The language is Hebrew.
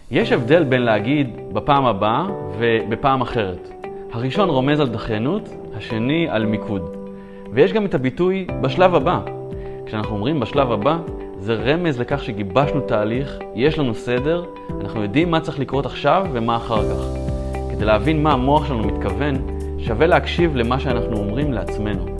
יש הבדל בין להגיד בפעם הבאה ובפעם אחרת. הראשון רומז על דחיינות, השני על מיקוד. ויש גם את הביטוי בשלב הבא. כשאנחנו אומרים בשלב הבא, זה רמז לכך שגיבשנו תהליך, יש לנו סדר, אנחנו יודעים מה צריך לקרות עכשיו ומה אחר כך. כדי להבין מה המוח שלנו מתכוון, שווה להקשיב למה שאנחנו אומרים לעצמנו.